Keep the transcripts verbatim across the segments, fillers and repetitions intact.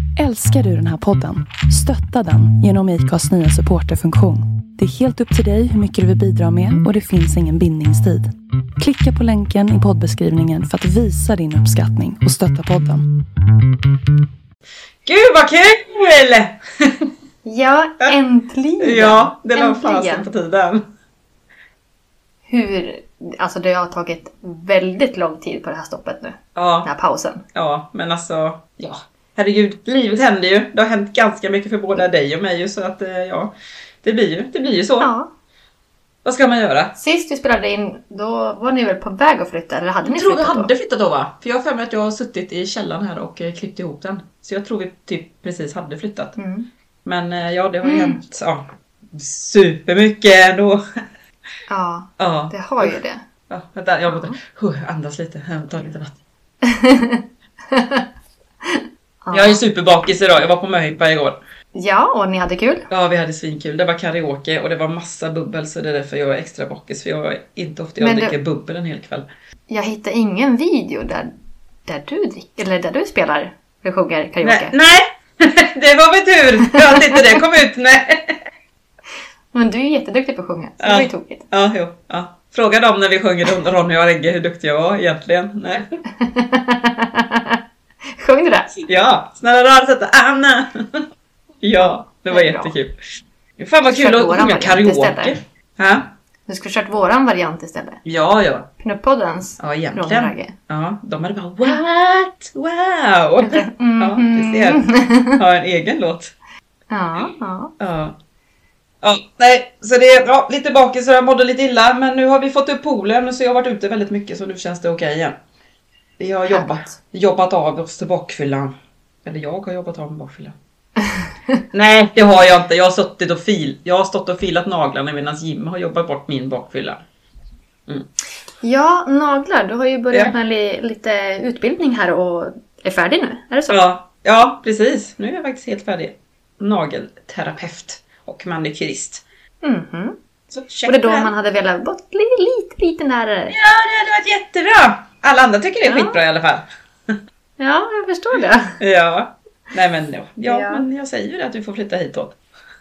Älskar du den här podden? Stötta den genom I C A:s nya supporterfunktion. Det är helt upp till dig hur mycket du vill bidra med och det finns ingen bindningstid. Klicka på länken i poddbeskrivningen för att visa din uppskattning och stötta podden. Gud vad kul! Ja, äntligen! Ja, det var fasen på tiden. Hur, alltså det har tagit väldigt lång tid på det här stoppet nu. Ja. Den här pausen. Ja, men alltså, ja. Herregud, livet händer ju. Det har hänt ganska mycket för båda dig och mig. Så att, ja, det blir ju, det blir ju så. Ja. Vad ska man göra? Sist vi spelade in, då var ni väl på väg att flytta? Eller hade ni jag tror vi flyttat hade då? flyttat då, va? För jag har för mig att jag har suttit i källaren här och klippt ihop den. Så jag tror vi typ precis hade flyttat. Mm. Men ja, det har ju mm. hänt ja, supermycket ändå. Ja, ja, det har ju det. Ja, vänta, jag måste uh, andas lite. Jag tar lite vatten. Ja. Jag är superbakis idag. Jag var på möhippa igår. Ja, och ni hade kul? Ja, vi hade svinkul. Det var karaoke och det var massa bubbel. Så det är därför jag är extra bakis. För jag är inte ofta jag Men dricker du... bubbel en hel kväll. Jag hittade ingen video där, där du dricker, eller där du spelar eller sjunger karaoke. Nej, nej. Det var väl tur. Jag hade inte det kom ut. Nej. Men du är jätteduktig på att sjunga. Så ja. Det var ju tokigt. Ja, jo. Ja. Fråga dem när vi sjunger Ronny och Regge hur duktig jag var egentligen. Nej. Sjöng du det? Ja, snälla rör sätta Anna. Ja, det var jättekul. Fan vad kul att sjunga karaoke. Ha? Du skulle kört våran variant istället. Ja, ja. Pinup-poddens. Ja, egentligen. Ja, de hade bara what? Wow. Mm-hmm. Ja, du ser. Ha en egen låt. Ja, ja. Ja. Ja, nej, så det är ja, lite bakis så jag mådde lite illa. Men nu har vi fått upp poolen så jag har varit ute väldigt mycket så nu känns det okej igen. Vi har jobbat, jobbat av oss till bakfyllan. Eller jag har jobbat av med bakfyllan. Nej, det har jag inte. Jag har suttit och fil. Jag har stått och filat naglarna medan Jim har jobbat bort min bakfylla. Mm. Ja, naglar. Du har ju börjat ja. med li- lite utbildning här och är färdig nu. Är det så? Ja, ja, precis. Nu är jag faktiskt helt färdig. Nagelterapeut och manikyrist. Mhm. Så och det är då man hade velat bort lite, lite, lite närmare. Ja, det hade varit jättebra. Alla andra tycker det är ja. skitbra i alla fall. Ja, jag förstår det. Ja. Nej men ja, ja, ja. men jag säger ju att du får flytta hitåt.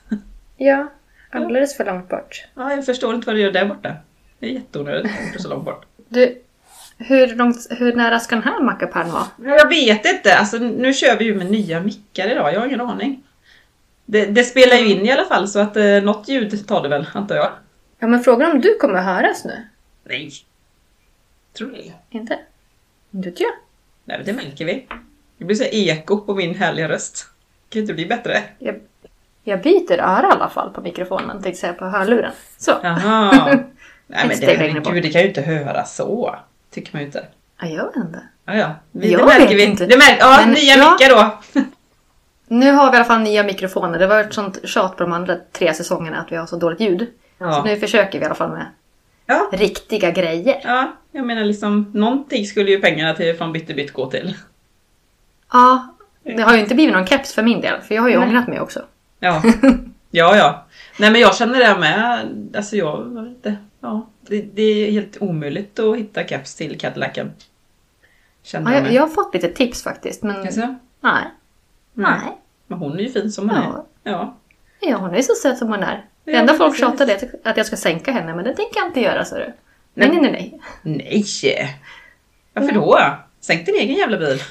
Ja, alldeles för långt bort. Ja, jag förstår inte vad du gör där borta. Det är jätteonödigt att du så långt bort. Du, hur, långt, hur nära ska den här mackapan vara? Jag vet inte. Alltså, nu kör vi ju med nya mickar idag. Jag har ingen aning. Det, det spelar ju in i alla fall så att eh, något ljud tar det väl, antar jag. Ja, men frågan om du kommer höras nu? Nej. Tror du det? Inte? Inte vet jag. Nej, det märker vi. Det blir så eko på min härliga röst. Kan inte bli bättre. Jag, jag byter öra i alla fall på mikrofonen. Tänkte säga på hörluren. Så. Jaha. Nej, men det, herregud, det kan ju inte höra så. Tycker man ju inte. Ja, jag vet inte. Ja, ja. Vi, jag det märker vi. Inte. Det märker, ja, men, nya ja. mickar då. Nu har vi i alla fall nya mikrofoner. Det var ett sånt tjat på de andra tre säsongerna att vi har så dåligt ljud. Ja. Så nu försöker vi i alla fall med ja. riktiga grejer. Ja, jag menar liksom någonting skulle ju pengarna till från Byttebytt gå till. Ja, det har ju inte blivit någon keps för min del. För jag har ju Nej. ångrat mig också. Ja, ja, ja. Nej, men jag känner det med. Alltså jag vet inte. Ja, det, det är helt omöjligt att hitta keps till Cadillacen. Ja, jag, jag har fått lite tips faktiskt. Men alltså? Nej. Nej. Nej. Men hon är ju fin som hon ja. är. Ja. Ja, hon är så söt som hon är. Det enda ja, folk tjatar är att jag ska sänka henne. Men det tänker jag inte göra, så du. Nej, nej, nej, nej. Nej. Varför nej. då? Sänk din egen jävla bil.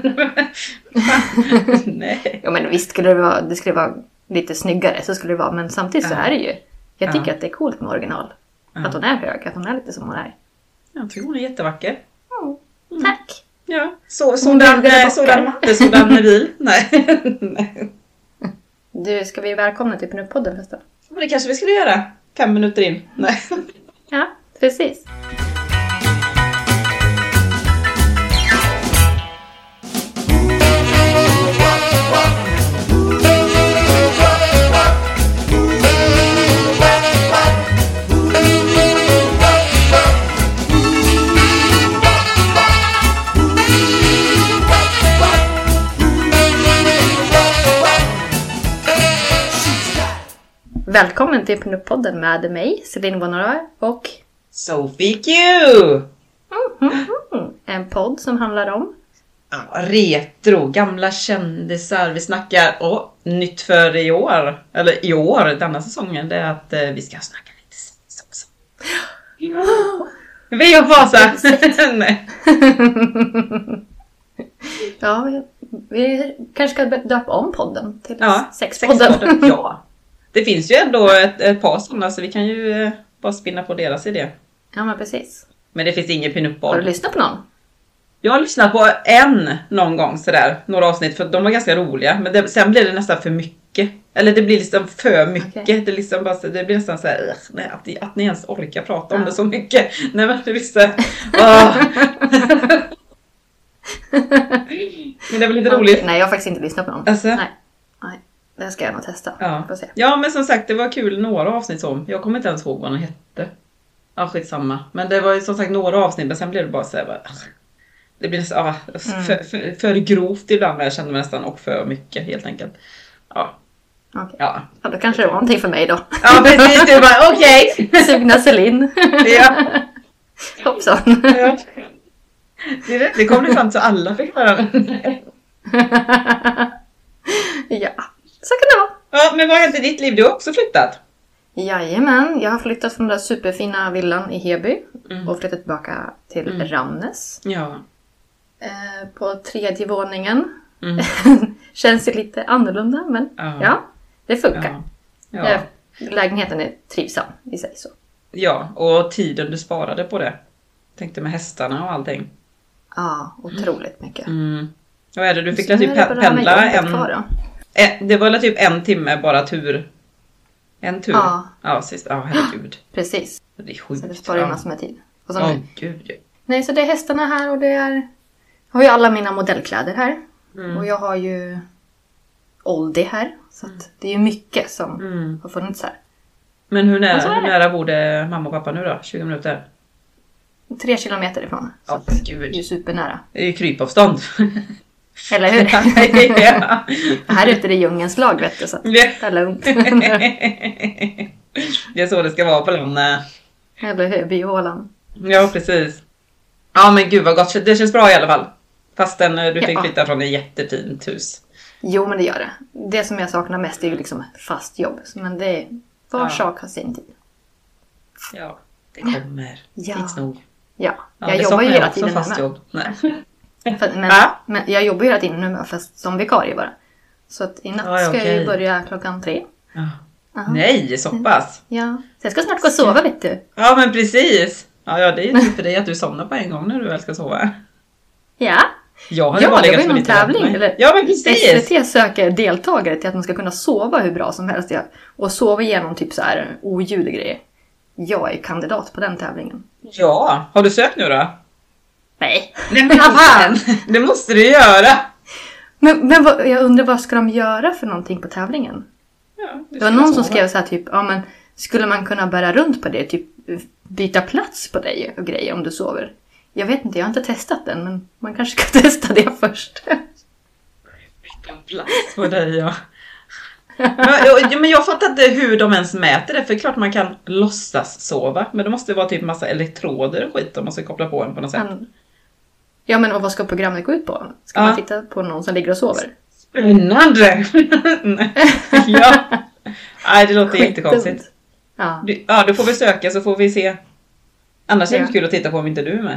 Nej. Ja, men visst skulle det vara, det skulle vara lite snyggare. Så skulle det vara. Men samtidigt så är det ju. Jag tycker ja. att det är coolt med original. Ja. Att hon är hög. Att hon är lite som hon är. Jag tycker hon är jättevacker. Mm. Tack. Ja, så, sådan, äh, sådan matte, sådan bil. Nej. Nej. Du, ska vi välkomna till Pinup-podden förresten? Men det kanske vi skulle göra. Fem minuter in. Nej. Ja, precis. Välkommen till Pinup-podden med mig, Celine Bonora och Sophie Q! Mm-hmm. En podd som handlar om Ja, retro, gamla kändisar. Vi snackar, åh, nytt för i år. Eller i år, denna säsongen. Det är att eh, vi ska snacka lite sex också. Ja. Vi har fasa. Nej. Ja, vi, vi kanske ska döpa om podden till ja, sexpodden. sexpodden. Ja, det finns ju ändå ett, ett par sådana så vi kan ju eh, bara spinna på deras idé. Ja, men precis. Men det finns ingen pinup-boll. Har du lyssnat på någon? Jag har lyssnat på en någon gång sådär, några avsnitt för de var ganska roliga. Men det, sen blir det nästan för mycket. Eller det blir liksom för mycket. Okay. Det, liksom bara, det blir nästan såhär, nej, att, ni, att ni ens orkar prata om ja. det så mycket. Nej men det visste. Oh. Men det är väl lite roligt. Okay. Nej, jag har faktiskt inte lyssnat på någon. Alltså? Nej. Nej, det ska jag nog testa. Ja. Får se. Ja, men som sagt, det var kul några avsnitt som. Jag kommer inte ens ihåg vad den hette. Ja, skitsamma. Men det var ju som sagt några avsnitt, men sen blev det bara så här, bara, det blir nästan, ja, mm. för, för, för grovt ibland, jag kände mig nästan, och för mycket helt enkelt. Ja. Okay. Ja. Ja, då kanske det var någonting för mig då. Ja, precis. Du bara, okej. Okay. Sugna Celine. Ja. Hoppsan. Ja. Det, det kom det fram så alla fick höra. Ja, så kan det vara. Ja, men vad har hänt i ditt liv? Du har också flyttat. Jajamän, jag har flyttat från den där superfina villan i Heby mm. och flyttat tillbaka till mm. Ramnes. Ja. Eh, på tredje våningen. Mm. Känns det lite annorlunda, men ja, ja det funkar. Ja. Ja. Lägenheten är trivsam i sig så. Ja, och tiden du sparade på det. Tänkte med hästarna och allting. Ja, otroligt mycket. Mm. Vad är det? Du fick typ pe- pendla en... Kvar, det var typ en timme bara tur. En tur. Ja, ja, sist, ja herregud. Precis. Det är sjukt. Så det sparar ju massor med tid. Och så oh, nu. Gud, ja. Nej, så det är hästarna här och det är... Jag har ju alla mina modellkläder här. Mm. Och jag har ju Oldie här. Så att det är ju mycket som mm. har funnits här. Men hur nära, hur nära bor det mamma och pappa nu då? tjugo minuter? Tre kilometer ifrån. Så oh, Gud. Det är ju supernära. Det är ju krypavstånd. Eller hur? Ja. Här ute är det djungens lag, vet du. Så att det är lugnt. Det är så det ska vara på landet. Eller hur? Byhålan. Ja, precis. Ja, men gud vad gott. Det känns bra i alla fall. Fastän du fick ja. flytta från ett jättefint hus. Jo, men det gör det. Det som jag saknar mest är ju liksom fast jobb. Men det är... Var ja. sak har sin tid. Ja, det kommer. Ja. Tids nog. Ja, jag ja, jobbar ju hela tiden fast jobb. Nej. För, men, ja. men jag jobbar ju hela tiden nu fast som vikarie bara. Så att i natt ja, ska okay. jag ju börja klockan tre. Ja. Nej, så pass. Ja, så jag ska snart gå och sova, vet du. Ja, men precis. Ja, ja det är ju typ för dig att du somnar på en gång när du väl ska sova. Ja. Jag har ja, bara det var ju någon tävling. Eller, ja, men precis. S V T söker deltagare till att man ska kunna sova hur bra som helst. Och sova igenom typ så här oljud och grejer. Jag är kandidat på den tävlingen. Ja, har du sökt nu då? Nej. Nej, men fan. Det måste du göra. Men, men vad, jag undrar vad ska de göra för någonting på tävlingen? Ja, det, det var någon som skrev så här typ, ja men skulle man kunna bära runt på det, typ byta plats på dig och grejer om du sover? Jag vet inte, jag har inte testat den, men man kanske ska testa det först. Byta plats på dig, ja. Men jag, men jag fattar inte hur de ens mäter det. För klart man kan låtsas sova. Men det måste vara typ massa elektroder och skit om man ska koppla på en på något sätt. Ja, men och vad ska programmet gå ut på? Ska ja. man titta på någon som ligger och sover? Spännande! Ja. Nej, det låter jättekonstigt. Ja. Du, ja, du får vi söka så får vi se. Annars är det ja. kul att titta på om inte du är med.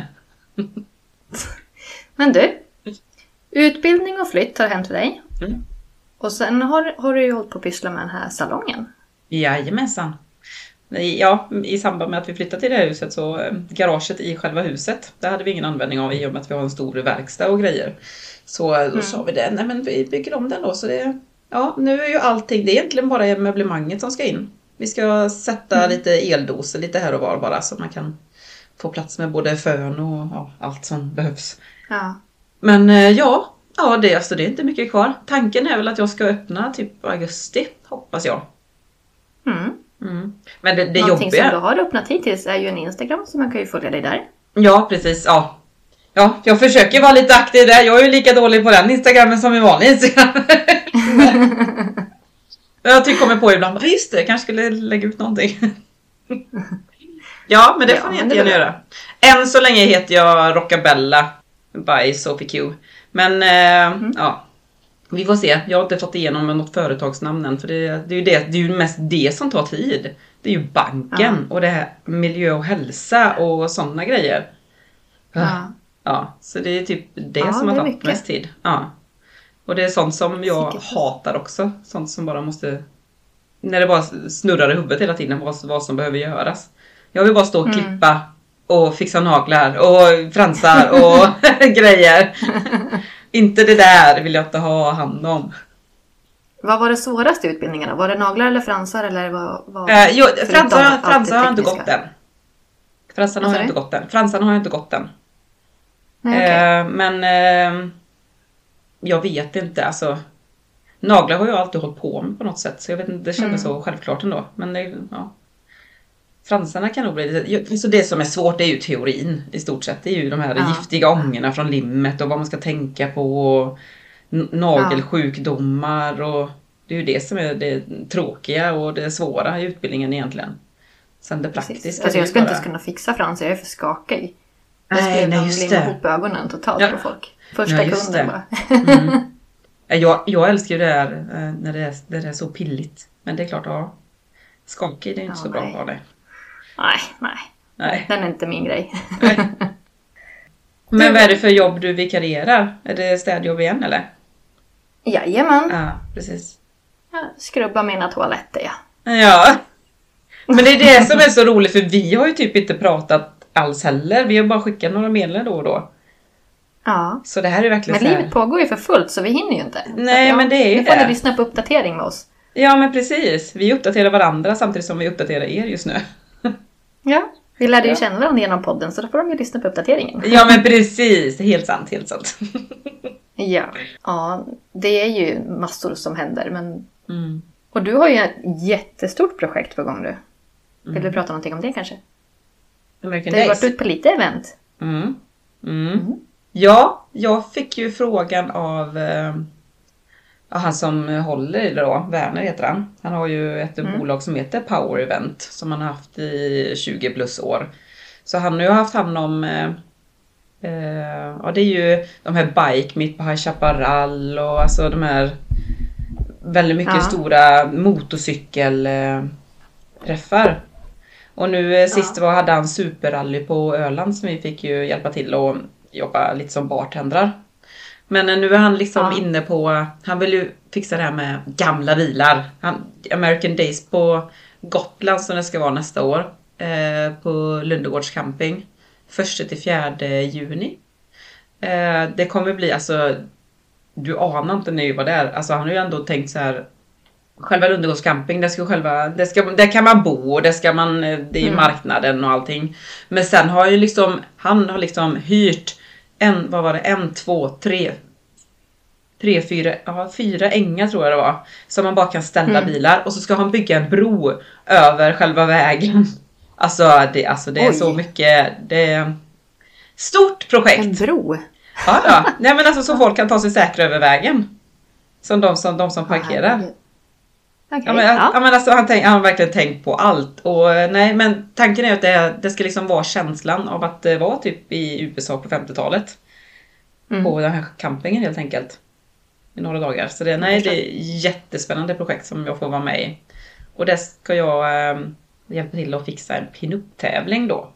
Men du, utbildning och flytt har hänt för dig. Mm. Och sen har, har du ju hållit på att pyssla med den här salongen. Jajamensan. Ja, i samband med att vi flyttade till det här huset så äh, garaget i själva huset, det hade vi ingen användning av i och med att vi har en stor verkstad och grejer. Så då mm. sa vi det, nej men vi bygger om den då. Så det, ja, nu är ju allting, det är egentligen bara möblemanget som ska in. Vi ska sätta mm. lite eldoser lite här och var bara så man kan få plats med både fön och ja, allt som behövs. Ja. Men äh, ja, ja det, alltså, det är inte mycket kvar. Tanken är väl att jag ska öppna typ augusti, hoppas jag. Mm. Mm. Men det, det någonting jobbiga... som du har öppnat hittills är ju en Instagram så man kan ju följa dig där. Ja, precis. Ja, ja jag försöker vara lite aktiv där. Jag är ju lika dålig på den Instagramen som i vanlig Instagram. Jag tycker kommer på ibland, just det, jag kanske skulle lägga ut någonting. Ja, men det får ja, ni inte göra. Än så länge heter jag Rockabella by Sophie Q. Men eh, mm. ja, vi får se. Jag har inte fått igenom något företagsnamn än. För det, det, är ju det, det är ju mest det som tar tid. Det är ju banken ja. Och det här miljö och hälsa och sådana grejer. Ja. Ja, så det är typ det ja, som det har tagit mest tid. Ja. Och det är sånt som jag Sikkert. hatar också. Sånt som bara måste... När det bara snurrar i huvudet hela tiden vad, vad som behöver göras. Jag vill bara stå och klippa mm. och fixa naglar och fransar och grejer. Inte det där vill jag inte ha hand om. Vad var det svåraste utbildningarna? Var det naglar eller fransar? Eller vad, vad, eh, jo, fransar, fransar har jag inte gått än. Fransarna har jag inte gått än. Fransarna har jag inte gått än. Nej, okay. eh, men eh, jag vet inte. Alltså, naglar har jag alltid hållit på med på något sätt. Så jag vet inte, det kändes mm. så självklart ändå. Men det, ja. Fransarna kan nog bli lite... Så det som är svårt är ju teorin i stort sett. Det är ju de här ja. giftiga ångorna från limmet och vad man ska tänka på. Och nagelsjukdomar och det är ju det som är det tråkiga och det svåra i utbildningen egentligen. Sen det praktiska. Alltså jag skulle bara... inte kunna fixa fransar, jag är för skakig. Jag skulle nej, just det. ihop ögonen totalt ja. på folk. Första ja, kunden bara. mm. jag, jag älskar ju det här när det är, när det är så pilligt. Men det är klart, ja. Skakig, det är inte ja, så nej. bra för det. Nej, nej, nej. Den är inte min grej. Men vad är det för jobb du vikarierar? Är det städjobb igen eller? Jajamän. Ja, precis. Ja, skrubba mina toaletter, ja. Ja. Men det är det som är så roligt för vi har ju typ inte pratat alls heller. Vi har bara skickat några meddelanden då och då. Ja. Så det här är verkligen men så här... livet pågår ju för fullt så vi hinner ju inte. Nej, ja, men det är ju det. Nu får det. ni lyssna på uppdatering med oss. Ja, men precis. Vi uppdaterar varandra samtidigt som vi uppdaterar er just nu. Ja, vi lärde ju ja. känna varandra genom podden så då får de ju lyssna på uppdateringen. Ja, men precis. Helt sant, helt sant. Ja, ja, det är ju massor som händer. Men... Mm. Och du har ju ett jättestort projekt på gång nu. Vill mm. du prata någonting om det kanske? American du har Days. varit ut på lite event. Mm. Mm. Mm. Ja, jag fick ju frågan av eh, han som håller i det då. Werner heter han. Han har ju ett mm. bolag som heter Power Event som han har haft i tjugo plus år. Så han har ju haft hand om... Eh, Uh, ja, det är ju de här Bike Meet på High Chaparral och alltså de här väldigt mycket ja. stora motorcykelträffar. Uh, och nu uh, sist var hade han superrally på Öland som vi fick ju hjälpa till och jobba lite som bartendrar. Men uh, nu är han liksom ja. inne på, han vill ju fixa det här med gamla bilar. Han, American Days på Gotland som det ska vara nästa år uh, på Lundegårds camping. Första till fjärde juni. Eh, det kommer bli, alltså, du anar inte nu vad det är. Alltså han har ju ändå tänkt så här. Själva Lundegårds camping, det ska själva, det ska, där kan man bo och det ska man, det är ju mm. marknaden och allting. Men sen har ju liksom, han har liksom hyrt en, vad var det, en, två, tre, tre, fyra, ja, fyra ängar tror jag det var. Som man bara kan ställa mm. bilar och så ska han bygga en bro över själva vägen. Alltså det, alltså det är så mycket, det är stort projekt. En bro? Ja, ja. Nej, men alltså så folk kan ta sig säkra över vägen. Som de som, de som parkerar. Okay. Ja, men, ja. Ja, men alltså, han, tänk, han har verkligen tänkt på allt. Och, nej, men tanken är att det, det ska liksom vara känslan av att det var typ i U S A på femtiotalet. Mm. På den här campingen helt enkelt. I några dagar. Så det, nej, det är jättespännande projekt som jag får vara med i. Och det ska jag... Eh, hjälpa till att fixa en pinup-tävling då.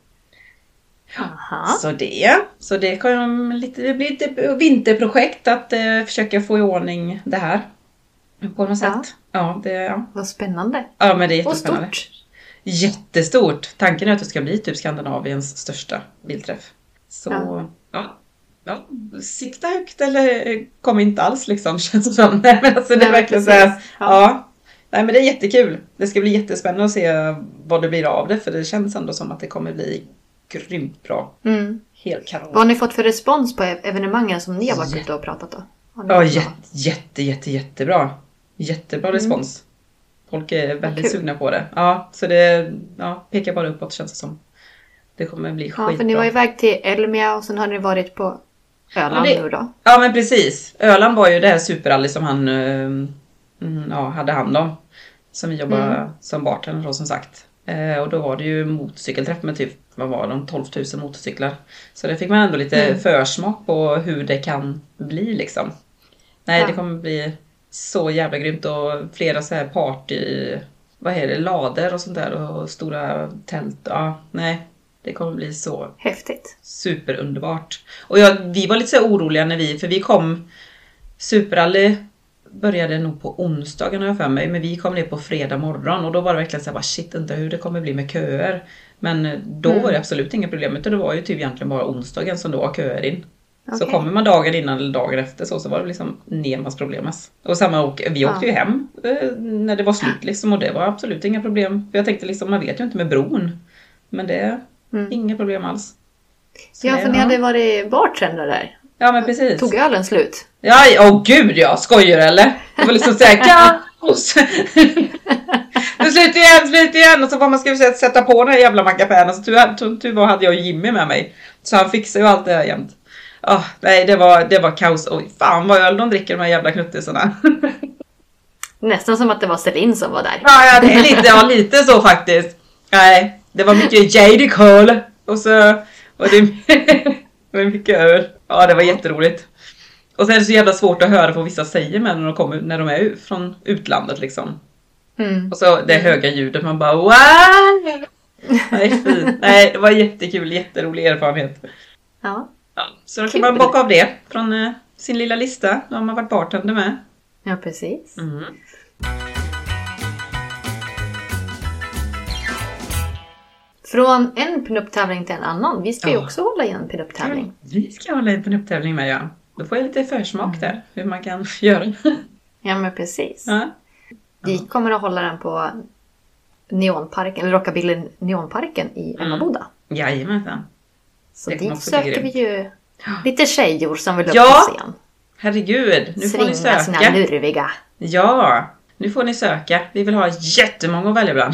Aha. Så det, så det kan lite, det blir lite vinterprojekt att eh, försöka få i ordning det här. På något ja. sätt. Ja, det, ja. Vad spännande. Ja, men det är jättespännande. Och stort. Jättestort. Tanken är att det ska bli typ Skandinaviens största bilträff. Så, ja. ja. Ja, sikta högt eller kom inte alls liksom. Känns det som. Nej, men alltså det är verkligen så här. Ja. ja. Nej, men det är jättekul. Det ska bli jättespännande att se vad det blir av det. För det känns ändå som att det kommer bli grymt bra. Mm. Helt kanon. Vad har ni fått för respons på evenemangen som ni har varit ute och pratat då? Ja, jätte, jätte, jätte, jättebra. Jättebra mm. respons. Folk är väldigt Kul. sugna på det. Ja, så det ja, pekar bara uppåt känns det som. Det kommer bli skitbra. Ja, för ni var iväg till Elmia och sen har ni varit på Öland ja, det, nu då? Ja, men precis. Öland var ju det här superrally som han... Um, Mm, ja, hade hand om. Som vi jobbade mm. som bartender då som sagt. Eh, och då var det ju motorcykelträff med typ vad var de, tolv tusen motorcyklar. Så det fick man ändå lite mm. försmak på hur det kan bli liksom. Nej, ja. Det kommer bli så jävla grymt och flera så här party, vad är det, lader och sånt där och stora tält. Ja, nej, det kommer bli så häftigt. Superunderbart. Och jag, vi var lite så oroliga när vi, för vi kom, Superrally började nog på onsdagen har jag för mig, men vi kom ner på fredag morgon och då var det verkligen så här, shit, inte hur det kommer bli med köer. Men då mm. var det absolut inga problem, utan det var ju typ egentligen bara onsdagen som då var köer in. Okay. Så kommer man dagen innan eller dagen efter så, så var det liksom Nemas problemas. Och samma åk, vi åkte ja. ju hem eh, när det var slut liksom, och det var absolut inga problem. För jag tänkte liksom, man vet ju inte med bron. Men det är mm. inga problem alls. Så ja, för det, ni ja. hade varit bartender där. Ja, men precis. Tog ölen slut? Ja, åh oh, gud ja, skojar eller? Det var liksom såhär, kaos! Nu slut igen, slut igen! Och så var man skulle sätta på den här jävla mackapären. Så tur, tur var hade jag Jimmy med mig. Så han fixade ju allt det här jämt. Oh, nej, det var, det var kaos. Oj, fan vad öl de dricker, de här jävla knuttisarna. Nästan som att det var Celine som var där. Ja, ja, det är lite, ja, lite så faktiskt. Nej, det var mycket J D. Cole. Och så och det var mycket öl. Ja, det var jätteroligt. Och sen är det så jävla svårt att höra vad vissa säger med när de kommer, när de är från utlandet liksom. Mm. Och så det höga ljudet, man bara wow! Nej, fint. Nej, det var jättekul, jätterolig erfarenhet. Ja. Ja, så då kan man bocka av det från uh, sin lilla lista. Då har man varit bartender med. Ja, precis. Mm. Från en pinup-tävling till en annan. Vi ska ja. ju också hålla i en pinup-tävling. Ja, vi ska hålla i en pinup-tävling med, ja. Då får jag lite försmak mm. där. Hur man kan göra. Ja, men precis. Ja. Vi kommer att hålla den på Neonparken, eller Rockabilly Neonparken i Emmaboda. Mm. Jajamensan. Så dit söker vi ju lite tjejor som vill upp ja. på scen. Herregud, nu Svinga får ni söka. Sina lurviga. Ja, nu får ni söka. Vi vill ha jättemånga att välja bland.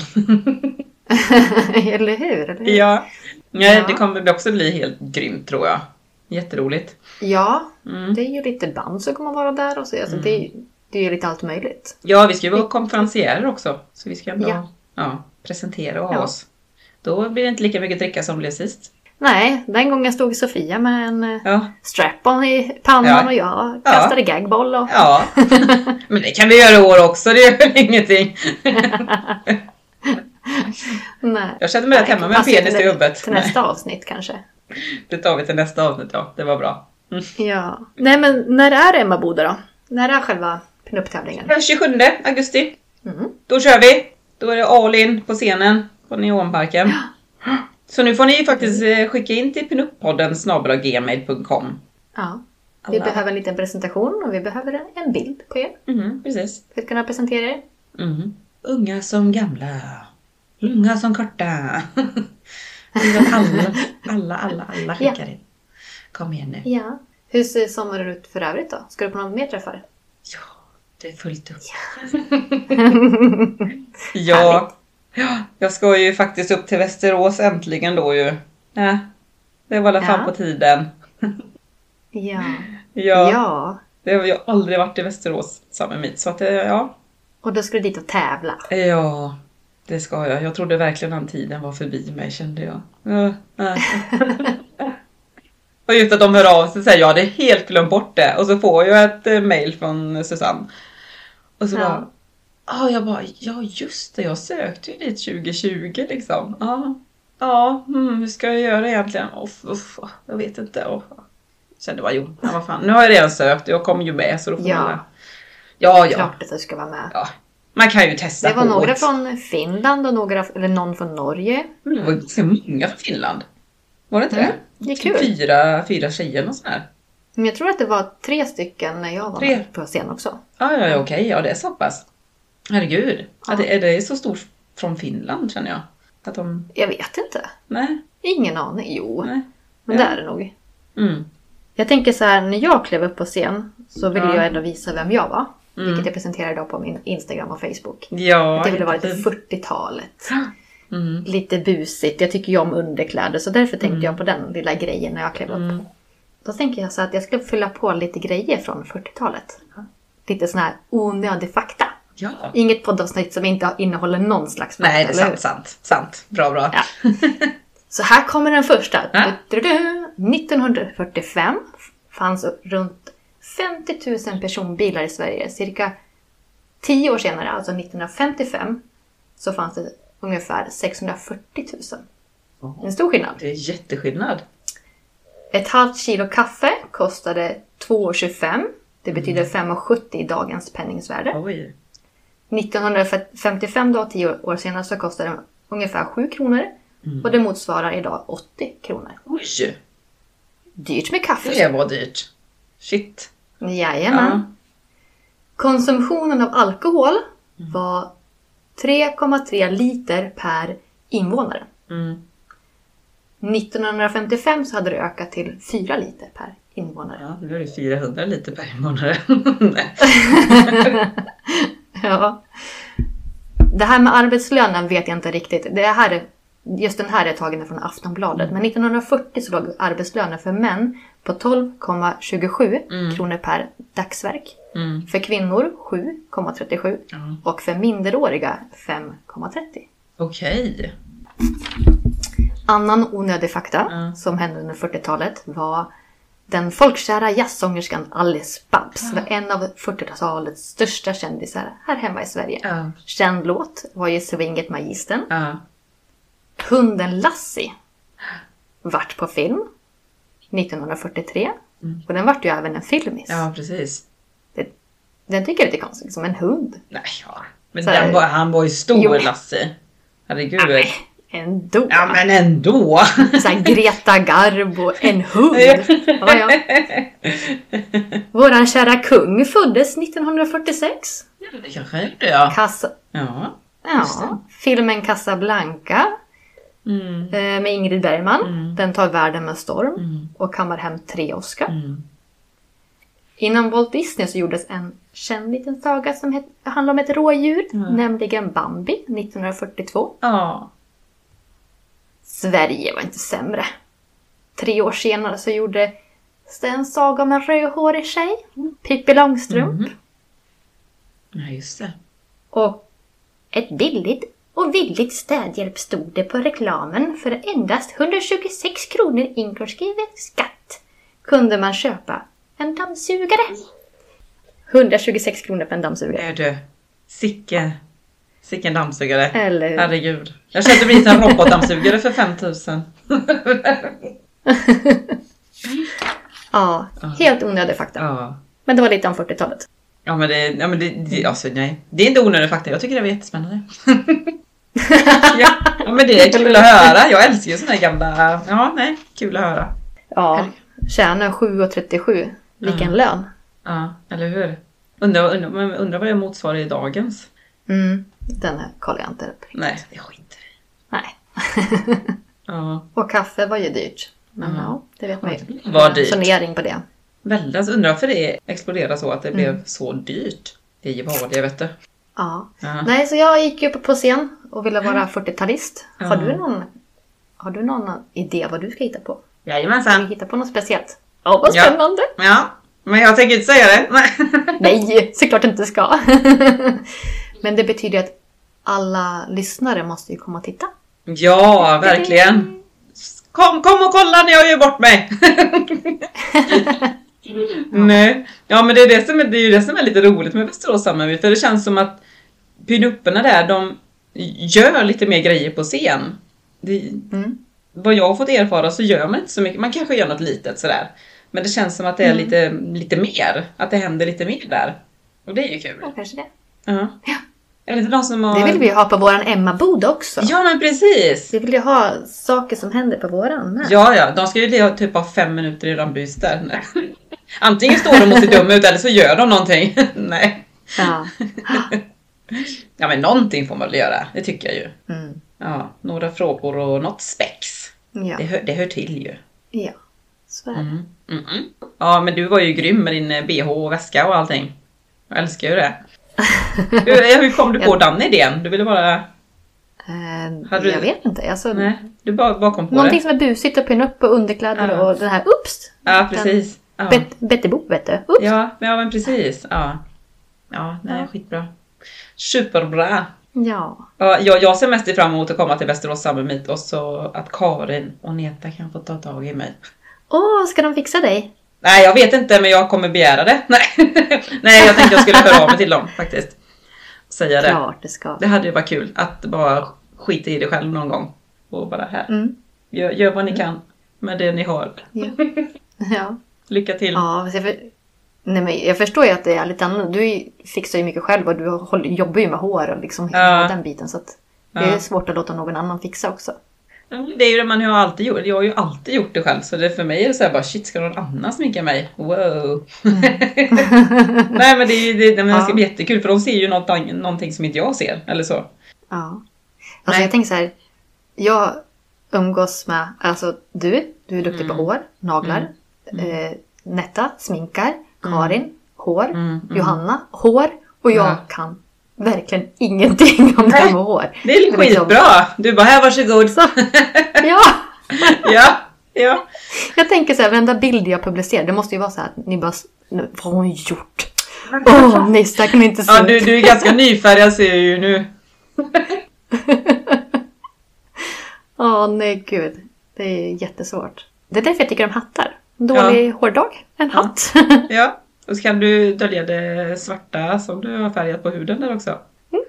Eller hur? Eller hur? Ja. Nej, ja, det kommer också bli helt grymt tror jag. Jätteroligt. Ja, mm. det är ju lite band som kommer vara där och så. Alltså, mm. det, är, det är ju lite allt möjligt. Ja, vi ska ju vara konferencierer också. Så vi ska ändå ja. Ja, presentera och ha ja. oss. Då blir det inte lika mycket dricka som blev sist. Nej, den gången stod Sofia med en ja. strap-on i pannan ja. och jag kastade ja. gagboll. Och... Ja, men det kan vi göra i år också, det gör väl ingenting. Nej. Jag kände mig rätt hemma med en penis i huvudet. Till nästa Nej. avsnitt kanske. Det tar vi till nästa avsnitt, ja. Det var bra. Mm. Ja. Nej, men när är Emmaboda då? När är själva pinup-tävlingen? Den tjugosjunde augusti. Mm. Då kör vi. Då är det all in på scenen på Neonparken. Ja. Så nu får ni faktiskt mm. skicka in till pinuppodden snabel-a gmail punkt com. Ja. Vi Alla. behöver en liten presentation och vi behöver en bild på er. Mm, precis. För att kunna presentera er. Mm. Unga som gamla. Långa som korta. alla, alla, alla, alla skickar ja. in. Kom igen nu. Ja. Hur ser sommaren ut för övrigt då? Ska du på någon mer träffar? Ja, det är fullt upp. Ja. ja. ja. Jag ska ju faktiskt upp till Västerås äntligen då ju. Ja. Det var i alla fall ja. på tiden. ja. ja. Ja. Det har jag aldrig varit i Västerås samma mitt. Så att det, ja. Och då ska du dit och tävla. Ja. Det ska jag. Jag trodde verkligen den tiden var förbi mig, kände jag. Ja, och just att de hör av sig och säger, jag hade helt glömt bort det. Och så får jag ett eh, mail från Susanne. Och så ja. bara, ah, jag bara, ja just det, jag sökte ju dit tjugo tjugo liksom. Ja, ja hmm, hur ska jag göra egentligen? Uff, uff, jag vet inte. Uff. Kände bara, jo, ja, vad fan. Nu har jag redan sökt och jag kommer ju med, så då får ja. man... Ja, ja. Klart att du ska vara med. Ja. Man kan ju testa. Det var några ett. från Finland och några, eller någon från Norge. Det var ganska många från Finland. Var det inte mm. det? Det är kul. Fyra, fyra tjejer och sådär. Men jag tror att det var tre stycken när jag var tre. med på scen också. Ah, ja, ja, okej. Ja, det är så pass. Herregud. Ja. Är, det, är det så stort från Finland, känner jag? Att de... Jag vet inte. Nej. Ingen aning. Jo. Nej. Men ja. det är det nog. Mm. Jag tänker så här, när jag klev upp på scen så ville ja. jag ändå visa vem jag var. Mm. Vilket jag presenterade då på min Instagram och Facebook. Ja. Det ville vara lite fyrtiotalet. Mm. Lite busigt. Jag tycker ju om underkläder. Så därför tänkte mm. jag på den lilla grejen när jag klev upp. Mm. Då tänker jag så att jag skulle fylla på lite grejer från fyrtiotalet. Lite sån här onödig fakta. Ja. Inget poddavsnitt som inte innehåller någon slags fakta. Nej, det är sant, sant, sant. Bra, bra. Ja. Så här kommer den första. Ja. nittonhundrafyrtiofem fanns runt femtio tusen personbilar i Sverige. Cirka tio år senare, alltså nittonhundrafemtiofem, så fanns det ungefär sexhundrafyrtio tusen. En stor skillnad. Det är jätteskillnad. Ett halvt kilo kaffe kostade två kronor tjugofem. Det betyder mm. fem kronor sjuttio i dagens penningsvärde. Oj. nittonhundrafemtiofem, då, tio år senare, så kostade det ungefär sju kronor. Mm. Och det motsvarar idag åttio kronor. Oj! Dyrt med kaffe. Det var dyrt. Shit. Jajamän. Ja. Konsumtionen av alkohol mm. var tre komma tre liter per invånare. Mm. nittonhundrafemtiofem så hade det ökat till fyra liter per invånare. Ja, det var ju fyrahundra liter per invånare. Ja. Det här med arbetslönen vet jag inte riktigt. Det här är, just den här är tagen från Aftonbladet. Men nittonhundrafyrtio så låg arbetslönen för män på tolv komma tjugosju mm. kronor per dagsverk. Mm. För kvinnor sju komma trettiosju mm. och för minderåriga fem komma trettio. Okej. Okay. Annan onödig fakta mm. som hände under fyrtiotalet var den folkkära jazzsångerskan Alice Babs. Mm. var en av fyrtiotalets största kändisar här hemma i Sverige. Mm. Känd låt var ju Svinget Magistern. Mm. Hunden Lassie vart på film nittonhundrafyrtiotre. Mm. Och den vart ju även en filmis. Ja, precis. Det, den tycker jag är lite konstigt, som en hund. Nej, ja. Men den var, han var ju stor, jo. Lassie. Herregud. Nej, ändå. Ja, men ändå. Så här, Greta Garbo, en hund. Ja, ja. Våran kära kung föddes nittonhundrafyrtiosex. Ja, det kanske är det, ja. Kassa... Ja, ja. Filmen Casablanca. Mm. Med Ingrid Bergman. Mm. Den tar världen med storm. Mm. Och kammar hem tre Oscar. Mm. Inom Walt Disney så gjordes en känd liten saga som het, handlar om ett rådjur. Mm. Nämligen Bambi nittonhundrafyrtiotvå. Ja. Sverige var inte sämre. Tre år senare så gjorde en saga om en rödhårig tjej. Pippi Långstrump. Mm. Ja, just det. Och ett billigt och villigt städhjälp stod det på reklamen. För endast hundratjugosex kronor inklusive skatt kunde man köpa en dammsugare. hundratjugosex kronor för en dammsugare. Är du? Sicke. Sicken dammsugare. Eller... Herregud. Jag köpte precis en robotdammsugare för fem tusen. Ja, helt onödig fakta. Ja. Men det var lite om fyrtiotalet. Ja, men det, ja, men det, det alltså, nej. Det är inte onödig fakta. Jag tycker det var jättespännande. ja, ja, men det är kul att höra. Jag älskar ju såna här gamla... Ja, nej. Kul att höra. Ja, tjänar sju kronor trettiosju. Vilken ja. lön. Ja, eller hur? Undrar, undrar, undrar vad jag motsvarar i dagens. Mm, den här kollar jag inte upp. Nej, det skiter i. Nej. Ja. Och kaffe var ju dyrt. Men ja, ja det vet man ju. Var dyrt. Sonering på det. Väldigt, alltså, undrar varför det exploderade så att det mm. blev så dyrt. Det var det, vet du. Ja. ja. Nej, så jag gick upp på scen och ville vara fyrtiotalist. Ja. Har du någon Har du någon idé vad du ska hitta på? Jajamensan. Ska du hitta på något speciellt? Ja, vad spännande. Ja. ja, men jag tänker inte säga det. Nej, såklart inte ska. Men det betyder att alla lyssnare måste ju komma och titta. Ja, verkligen. Kom, kom och kolla när jag gör bort mig. Nej. Ja, men det är, det, som är, det är ju det som är lite roligt med Västerås samarbete. För det känns som att pinupperna där, de gör lite mer grejer på scen. Det, mm. Vad jag har fått erfara så gör man inte så mycket. Man kanske gör något litet sådär. Men det känns som att det är mm. lite, lite mer. Att det händer lite mer där. Och det är ju kul. Ja, kanske det. Uh-huh. Ja. Är det, inte någon som har... det vill vi ha på våran Emma-bod också. Ja, men precis. Vi vill ju ha saker som händer på våran med. Ja, ja. De ska ju ha typ av fem minuter i rambys där. Antingen står de och ser dumma ut eller så gör de någonting. Nej. Ja. Ja, men någonting får man väl göra. Det tycker jag ju. Mm. Ja, några frågor och något spex. Ja. Det, hör, det hör till ju. Ja, så är det. Mm. Mm-mm. Ja, men du var ju grym med din B H och väska och allting. Jag älskar ju det. hur, hur kom du på den idén? Du ville bara... Uh, jag du... vet inte. Alltså, Nej, du bara, bara kom på någonting det. som är busigt och pin upp och underkläder ja. Och den här ups. Ja, precis. Ja. Bet- Betty Boop, vet du. Ups. Ja, ja, men precis. Ja, ja nej, ja. Skitbra. Superbra. Ja. Ja, jag, jag ser mest fram emot att komma till Västerås Summer Meet och så att Karin och Neta kan få ta tag i mig. Åh, ska de fixa dig? Nej, jag vet inte, men jag kommer begära det. Nej, Nej jag tänkte jag skulle höra av mig till dem faktiskt. Säga det. Klart det ska. Det hade ju varit kul att bara skita i det själv någon gång. Och bara här. Mm. Gör, gör vad ni kan med det ni har. Ja. Ja. Lycka till. Ja, jag, för... Nej, men jag förstår ju att det är lite annorlunda. Du är... fixar ju mycket själv och du håller... jobbar ju med hår och liksom ja. den biten. Så att det är ja. svårt att låta någon annan fixa också. Det är ju det man har alltid gjort. Jag har ju alltid gjort det själv. Så det för mig är det så här bara, shit, ska någon annan sminka mig? Wow. Mm. Nej, men det är ju det, men det ska bli ja. jättekul. För de ser ju någonting, någonting som inte jag ser. Eller så. Ja. Alltså Nej. jag tänker så här. Jag umgås med, alltså du, du är duktig mm. på hår, naglar. Mm. Eh, Netta, sminkar. Karin, mm. hår. Mm. Mm. Johanna, hår. Och jag ja. kan verkligen ingenting om det med hår. Det är skitbra. Du bara, här varsågod. Så. Ja. ja. Ja. Jag tänker så här, varenda bild jag publicerar, det måste ju vara så här att ni bara, vad har hon gjort? Åh, oh, nej, så kan ni inte se. Ja, du, du är ganska nyfärgad ser jag ju nu. Åh, oh, nej gud. Det är jättesvårt. Det är därför jag tycker om hattar. Dålig ja. hårdag, en hatt. Ja. ja. Och så kan du dölja det svarta som du har färgat på huden där också.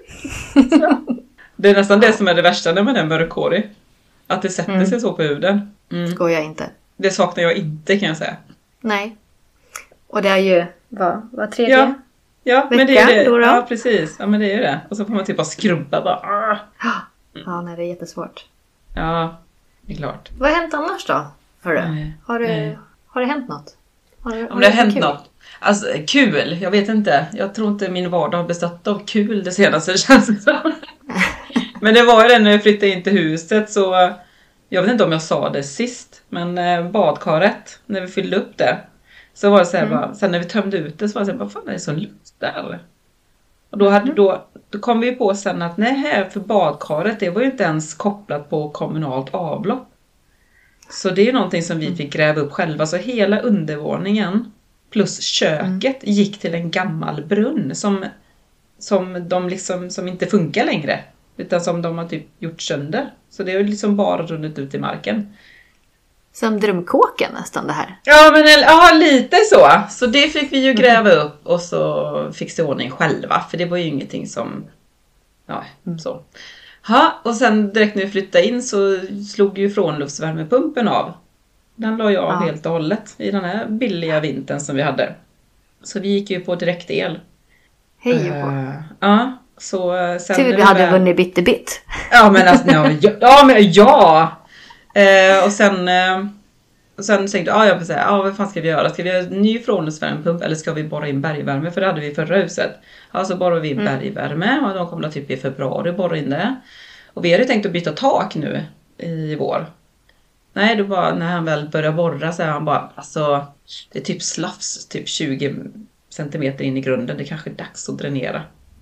Mm. Det är nästan det som är det värsta när man är mörkhårig. Att det sätter mm. sig så på huden. Mm. Går jag inte. Det saknar jag inte kan jag säga. Nej. Och det är ju, vad, vad tredje ja. Ja, vecka men det är det. Då då? Ja, precis. Ja, men det är ju det. Och så får man typ bara skrubba bara. Mm. Ja, nej, det är jättesvårt. Ja, det är klart. Vad har hänt annars då? Hörru? Nej. Har, du, nej. har det hänt något? Har det, har Om det har hänt kul? något? Alltså, kul. Jag vet inte. Jag tror inte min vardag har bestått av kul det senaste. Det känns så. Men det var ju det när jag flyttade in till huset så... Jag vet inte om jag sa det sist. Men eh, badkaret, när vi fyllde upp det. Så var det så här mm. bara... Sen när vi tömde ut det så var det så här, vad fan är det som luktar? Och då, hade, mm. då, då kom vi på sen att nej, här för badkaret, det var ju inte ens kopplat på kommunalt avlopp. Så det är ju någonting som vi fick gräva upp själva. Så hela undervåningen plus köket mm. gick till en gammal brunn som, som, de liksom, som inte funkar längre. Utan som de har typ gjort sönder. Så det är ju liksom bara runnit ut i marken. Som drömkåken nästan det här. Ja, men ja, lite så. Så det fick vi ju gräva mm. upp och så fixa ordning själva. För det var ju ingenting som... Ja, mm. så. Ja, och sen direkt när vi flyttade in så slog ju frånluftsvärmepumpen av. Den la jag av ja. helt och hållet i den här billiga vintern som vi hade. Så vi gick ju på direktel. Hej på. Uh, ja, så sen... Tur du hade vunnit bittebit. Ja, men alltså, ja, ja, men ja! Uh, och sen... Uh, och sen tänkte jag, ja, jag får säga, ja, vad fan ska vi göra? Ska vi göra en ny frånluftsvärmepump eller ska vi borra in bergvärme? För det hade vi i förra huset. Ja, så borrade vi in mm. bergvärme och de kommer typ i februari borra in det. Och vi hade tänkt att byta tak nu i vår. Nej, då bara när han väl börjar borra så är han bara, alltså det är typ slafs, typ tjugo centimeter in i grunden. Det kanske är dags att dränera.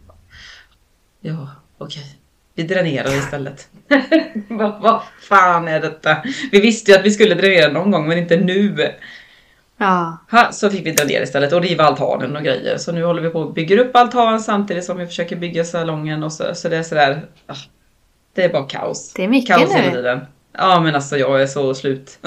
Ja, okej. Okay. Vi dränerar istället. vad, vad fan är detta? Vi visste ju att vi skulle dränera någon gång, men inte nu. Ja. Ha, så fick vi dränera istället och riva altanen och grejer. Så nu håller vi på att bygga upp altan samtidigt som vi försöker bygga salongen. Och så, så det är sådär, ah, det är bara kaos. Det är mycket kaos nu. hela tiden. Ja, men alltså jag är så slut.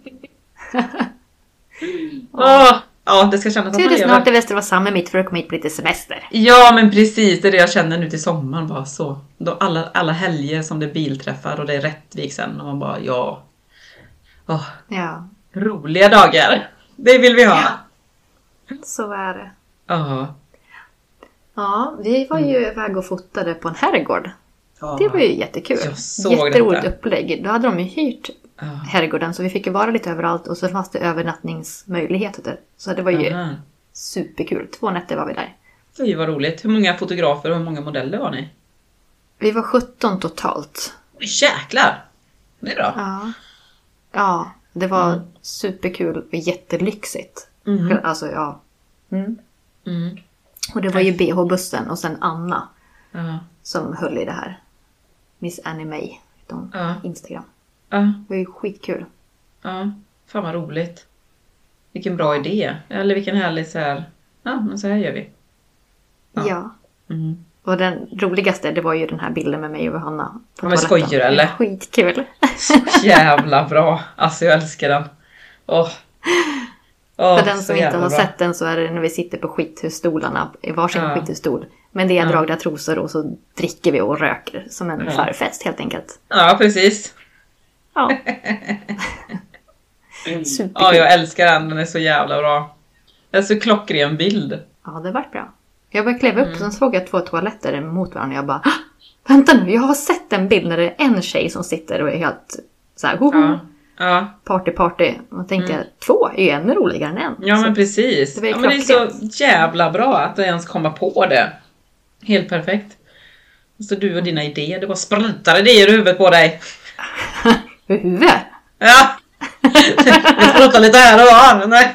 oh, ja, det ska kännas som att det snart är Västerås Summer Meet för att komma hit på lite semester. Ja, men precis. Det är det jag känner nu till sommaren. Bara så. Då alla, alla helger som det är bilträffar och det är Rättvik sen. Och man bara, ja. Oh, ja. Roliga dagar. Det vill vi ha. Ja. Så är det. Ja. Ja, vi var ju mm. iväg och fotade på en herrgård. Ja. Det var ju jättekul. Jätteroligt detta. Upplägg. Då hade de ju hyrt ja. herrgården så vi fick ju vara lite överallt och så fanns det övernattningsmöjligheter. Så det var ju Aha. superkul. Två nätter var vi där. Det var roligt. Hur många fotografer och hur många modeller var ni? Vi var sjutton totalt. Jäklar! Det är bra. Ja, ja det var mm. superkul och jättelyxigt. Mm. Alltså, ja. Mm. Mm. Och det var ju B H-bussen och sen Anna uh. som höll i det här. Miss Anime på uh. Instagram. Uh. Det var ju skitkul. Ja, uh. fan vad roligt. Vilken bra idé. Eller vilken härlig så här. Ja, men så här gör vi. Ja. ja. Mm. Och den roligaste, det var ju den här bilden med mig och Hanna på Men skojar du eller? Skitkul. Så jävla bra. Alltså jag älskar den. Åh. Åh, För den som inte har bra. sett den så är det när vi sitter på skithusstolarna i varsin ja. skithusstol. Men det är ja. dragna trosor och så dricker vi och röker som en ja. förfest helt enkelt. Ja, precis. Ja. Ja, jag älskar den. Den är så jävla bra. Det är så klockren bild. Ja, det var bra. Jag började kliva upp mm. och sen såg jag två toaletter mot varandra och jag bara, vänta nu, jag har sett en bild när det är en tjej som sitter och är helt så här, hoho, ja. Ja. party party. Och tänkte mm. jag, två är ju ännu roligare än en. Ja, så men precis. Det, ja, men det är så jävla bra att du ens kommer på det. Helt perfekt. Så du och dina idéer, det var sprutar idéer i huvudet på dig. I huvudet? Ja. Det sprutar lite här och var. Nej.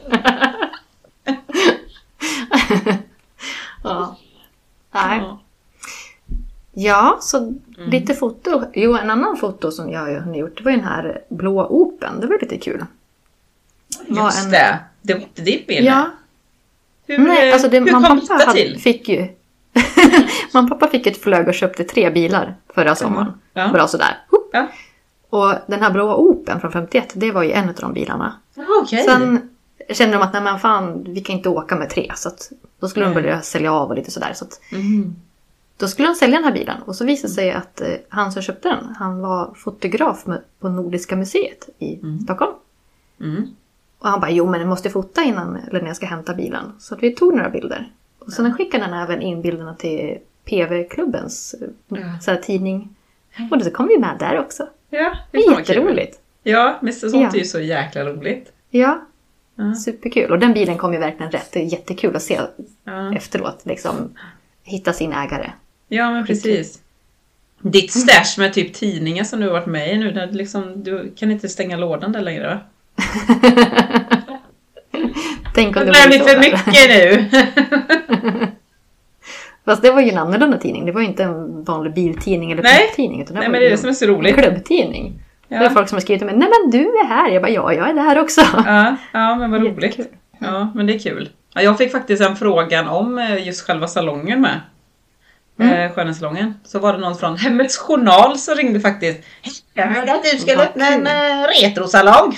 Ja. Nej. Ja, så mm. lite foto. Jo, en annan foto som jag har gjort, det var ju den här blå open. Det var lite kul. Var Just en... det. Det var inte din bild. Ja. Hur, Nej, alltså det, hur man kom pappa det till? Hade, fick ju... man pappa fick ett flög och köpte tre bilar förra sommaren. Ja. Bara sådär. Ja. Och den här blåa Open från femtioett, det var ju en av de bilarna. Okay. Sen kände de att nej men fan, vi kan inte åka med tre. Så att, då skulle mm. de börja sälja av och lite sådär. Så att, mm. då skulle de sälja den här bilen. Och så visade det sig att eh, han som köpte den, han var fotograf med, på Nordiska museet i mm. Stockholm. Mm. Och han bara, jo men jag måste fota innan, eller när jag ska hämta bilen. Så att vi tog några bilder. Och sen skickade han även in bilderna till P V-klubbens mm. så här, tidning. Och så kom vi med där också. Ja, det är jätteroligt. Kul. Ja, men sånt ja. är ju så jäkla roligt. Ja, mm. superkul. Och den bilen kom ju verkligen rätt. Det är jättekul att se mm. efteråt. Liksom, hitta sin ägare. Ja, men precis. Ditt stash med typ tidningar som du har varit med i nu. Där liksom, du kan inte stänga lådan där längre, va? Tänk om det var lite för mycket nu. Fast det var ju en annorlunda tidning. Det var ju inte en vanlig biltidning eller klubbtidning. Utan det Nej, var men det är det som är så roligt. En klubbtidning. Ja. Det är folk som har skrivit till mig, nej men du är här. Jag bara, ja, jag är där också. Ja, ja men vad roligt. Jättekul. Ja, men det är kul. Ja, jag fick faktiskt en frågan om just själva salongen med. Mm. Eh, skönhetssalongen. Så var det någon från Hemmets Journal som ringde faktiskt. Jag hörde att du skulle öppna en uh, retrosalong.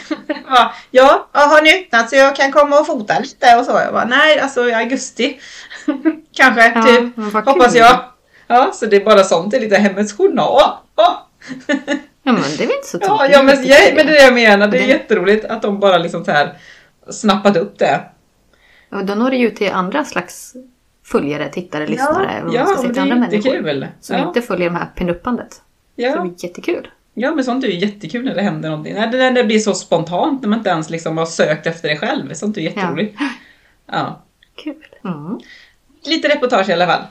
Ja, har ni öppnat så jag kan komma och fota lite och så. Jag bara, nej, alltså i augusti. Kanske, ja, typ. Hoppas jag. Ja, så det är bara sånt. Det är lite Hemmets Journal. Oh. Ja, men det är väl inte så tråkigt. Ja, ja men, jag, men det är det jag menar. Det är det... jätteroligt att de bara liksom så här snappat upp det. Och då når det ju till andra slags följare, tittare, lyssnare. Ja, ja men det är andra jättekul. Som ja. inte följer de här pinuppandet. Ja. Så det är jättekul. Ja, men sånt är ju jättekul när det händer någonting. När det, när det blir så spontant, när man inte ens liksom har sökt efter det själv. Sånt är jätteroligt. Ja. ja. Kul. Mm. Lite reportage i alla fall.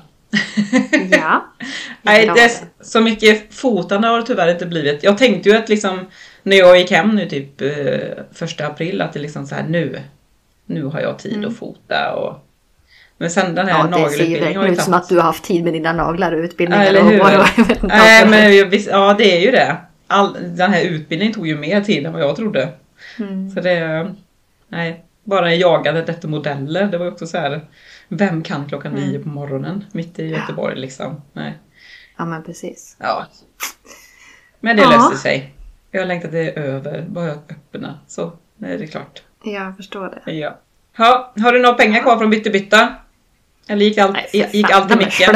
Ja. Nej, det är så mycket fotande har det tyvärr inte blivit. Jag tänkte ju att liksom, när jag gick hem nu typ eh, första april, att det liksom så här nu, nu har jag tid mm. att fota och men sen den här ja, nagelutbildningen har ju ut som att du har haft tid med dina naglar och utbildningar. Eller hur? Och, och, Nej, men jag visst, ja, det är ju det. All, den här utbildningen tog ju mer tid än vad jag trodde. Mm. Så det, nej, bara jagandet efter modeller. Det var ju också så här, vem kan klockan mm. nio på morgonen mitt i Göteborg ja. liksom. Nej. Ja, men precis. Ja. Men det ja. löser sig. Jag längtar att det är över, bara öppna. Så, nej, det är klart. Jag förstår det. Ja. Ha, har du några pengar kvar från bytte-bytta? Eller gick allt, Nej, gick allt i mycket?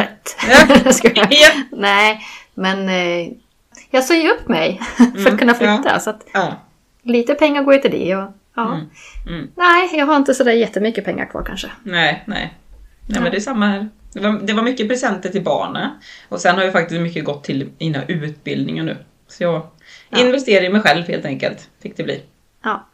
Ja. Nej, men eh, jag sa ju upp mig för mm, att kunna flytta. Ja. Så att ja. lite pengar går ju till det. Och, ja. mm, mm. Nej, jag har inte sådär jättemycket pengar kvar kanske. Nej, nej. Nej, men det är samma här. Det var, det var mycket presenter till barnen. Och sen har ju faktiskt mycket gått till mina utbildningar nu. Så jag ja. investerar i mig själv helt enkelt. Fick det bli. Ja.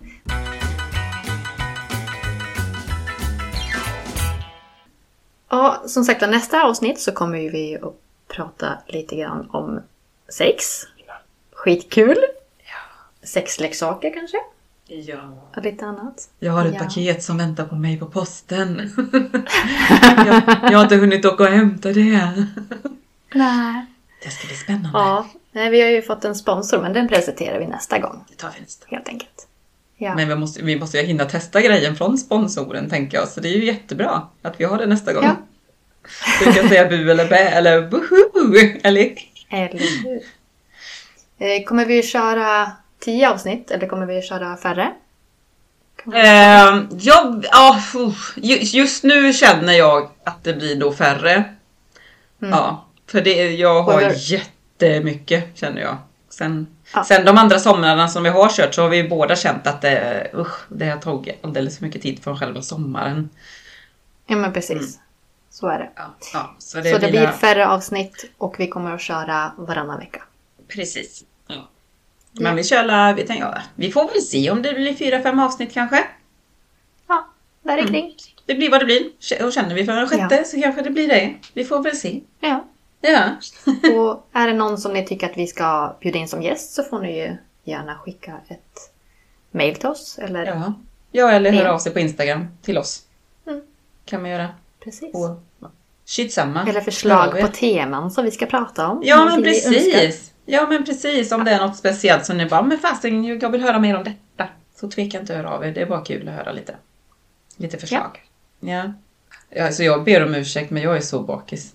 Ja, som sagt, nästa avsnitt så kommer vi att prata lite grann om sex. Skitkul. Ja. Sexleksaker kanske. Ja. Och lite annat. Jag har ett ja. paket som väntar på mig på posten. jag, jag har inte hunnit åka och hämta det. Nej. Det ska bli spännande. Ja, vi har ju fått en sponsor, men den presenterar vi nästa gång. Det tar vi nästa. Helt enkelt. Ja. Men vi måste, vi måste ju hinna testa grejen från sponsoren, tänker jag. Så det är ju jättebra att vi har det nästa gång. Ja, Du kan säga bu eller bä eller buhu. Eller? Eller hur? Eh, kommer vi köra tio avsnitt eller kommer vi köra färre? Uh, jag, uh, just nu känner jag att det blir då färre. Mm. Ja, för det, jag har du... jättemycket känner jag. Sen, ja. sen de andra somrarna som vi har kört så har vi båda känt att det, uh, det har tagit alldeles för mycket tid från själva sommaren. Ja men precis, mm. så är det. Ja, ja, så det, så det mina... blir färre avsnitt och vi kommer att köra varannan vecka. Precis, ja. Men ja. vi kör, vi, tänker, vi får väl se om det blir fyra, fem avsnitt kanske. Ja, där är kring. Mm. Det blir vad det blir. Och känner vi för en sjätte ja. så kanske det blir det. Vi får väl se. Ja. Ja. Och är det någon som ni tycker att vi ska bjuda in som gäst så får ni ju gärna skicka ett mail till oss. Eller ja. ja, eller höra av sig på Instagram till oss. Mm. Kan man göra. Precis. Och shit samma. Eller förslag på teman som vi ska prata om. Ja, men precis. Ja, men precis. Om det är något speciellt som ni bara, men fasen, jag vill höra mer om detta. Så tveka inte att höra av er. Det är bara kul att höra lite. Lite förslag. Ja. ja. ja så jag ber om ursäkt, men jag är så bakis.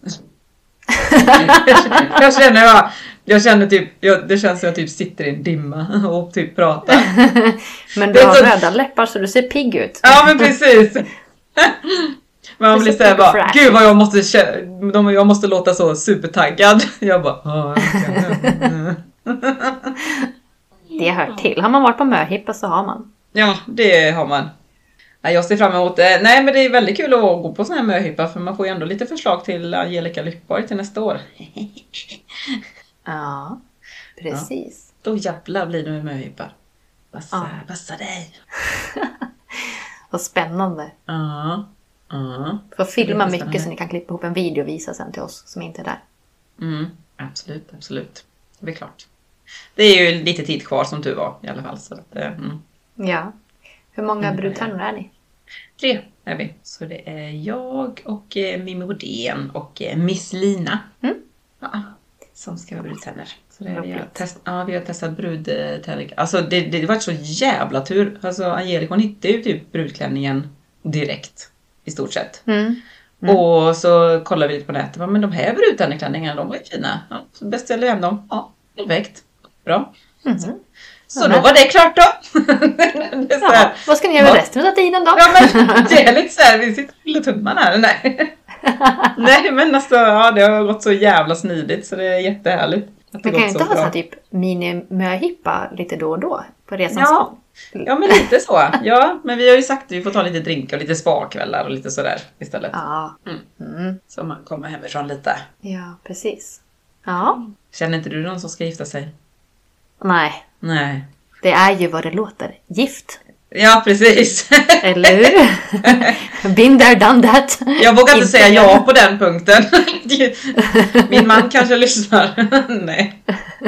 jag känner jag, jag känner typ jag, det känns som jag typ sitter i en dimma och typ pratar. Men du har så... röda läppar så du ser pigg ut. Ja, men precis. Men man blir såhär bara, gud vad jag måste jag måste låta så supertaggad. Jag bara, ah, det hör till. Har man varit på möhippa så har man. Ja, det har man. Jag ser fram emot det. Nej, men det är väldigt kul att gå på sån här möhippa. För man får ju ändå lite förslag till Angelica Lyckborg till nästa år. Ja, precis. Ja, då jävlar blir det med möhippa. Passa, ja. passa dig. Vad spännande. Ja. Ja. Får filma mycket så ni kan klippa ihop en video och visa sen till oss som inte är där. Mm, absolut, absolut. Det blir klart. Det är ju lite tid kvar som tur var i alla fall. Så att, mm. Ja. Hur många mm. brudtärnor är ni? Tre är vi. Så det är jag och eh, Mimmi Bodén och eh, Miss Lina. Mm. Ja, som ska vara brudtärnor. Så det är, vi, har test, ja, vi har testat brudtärnor. Alltså det, det, det var så jävla tur. Alltså Angelica hon hittade ju typ brudklänningen direkt. I stort sett. Mm. Mm. Och så kollade vi lite på nätet. Men de här brudtärneklänningarna, de var ju fina. Ja, så beställde vi hem dem. Ja, perfekt. Bra. Mm. Så, så ja, då var det klart då. det ja, här, vad ska ni göra med resten av tiden då? Ja, men det är lite så här, vi sitter och tummarna här. Nej. Nej, men alltså, ja, det har gått så jävla smidigt så det är jättehärligt. Man kan ju inte ha så här typ mini-möhippa lite då och då på resans ja. gång. Ja, men lite så. Ja, men vi har ju sagt att vi får ta lite drinkar och lite spakvällar och lite sådär istället. Ja. Mm. Mm. Så man kommer hemifrån lite. Ja, precis. Ja. Känner inte du någon som ska gifta sig? Nej. Nej. Det är ju vad det låter. Gift. Ja, precis. Eller hur? Been there, done that. Jag vågar inte, inte säga ja på den punkten. Min man kanske lyssnar. Nej.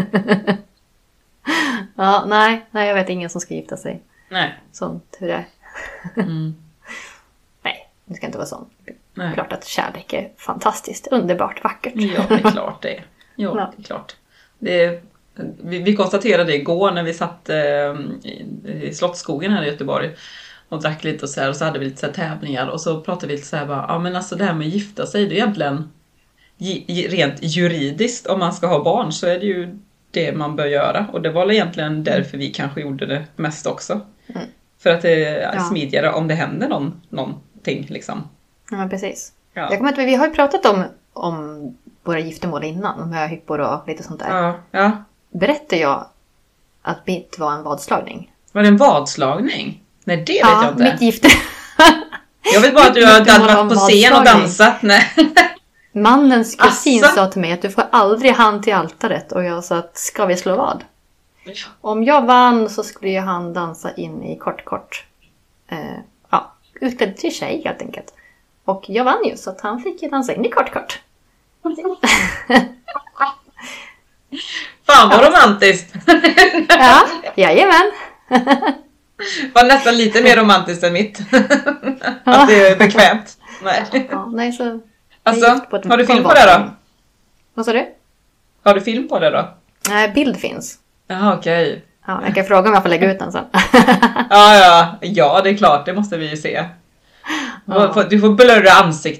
Ja, nej, nej, jag vet ingen som ska gifta sig. Nej. Sånt, hur det är. Mm. Nej, det ska inte vara sånt. Nej. Klart att kärlek är fantastiskt, underbart, vackert. Ja, det är klart det. Ja, ja. det är klart. Det är, vi, vi konstaterade igår när vi satt eh, i, i Slottsskogen här i Göteborg och drack lite och så här, och så hade vi lite så här tävlingar och så pratade vi lite så här bara, ja men alltså det här med att gifta sig, det är egentligen rent juridiskt, om man ska ha barn så är det ju det man bör göra. Och det var egentligen därför vi kanske gjorde det mest också. Mm. För att det är ja. smidigare om det händer någon, någonting liksom. Ja, men precis. Ja. Jag kommer inte, vi har ju pratat om, om våra giftermål innan, om möhippor och lite sånt där. Ja. Ja. Berättade jag att mitt var en vadslagning? Var det en vadslagning? Nej, det vet ja, jag inte. Mitt gifte. Jag vet bara att du har varit på scen och dansat. Nej. Mannens kusin Asså. sa till mig att du får aldrig hand till altaret. Och jag sa att ska vi slå vad? Ja. Om jag vann så skulle ju han dansa in i kort kort. Eh, ja, utklädd till tjej helt enkelt. Och jag vann ju så att han fick ju dansa in i kort kort. Fan vad romantiskt. Ja, jajamän. Var nästan lite mer romantiskt än mitt. Att det är bekvämt. Nej. Ja, nej så... Alltså, har du film på det då? Vad sa du? Har du film på det då? Nej, bild finns. Jaha, okej. Okay. Ja, jag kan fråga om jag får lägga ut den sen. ja, ja. Ja, det är klart. Det måste vi ju se. Ja. Du får blurra ansiktet.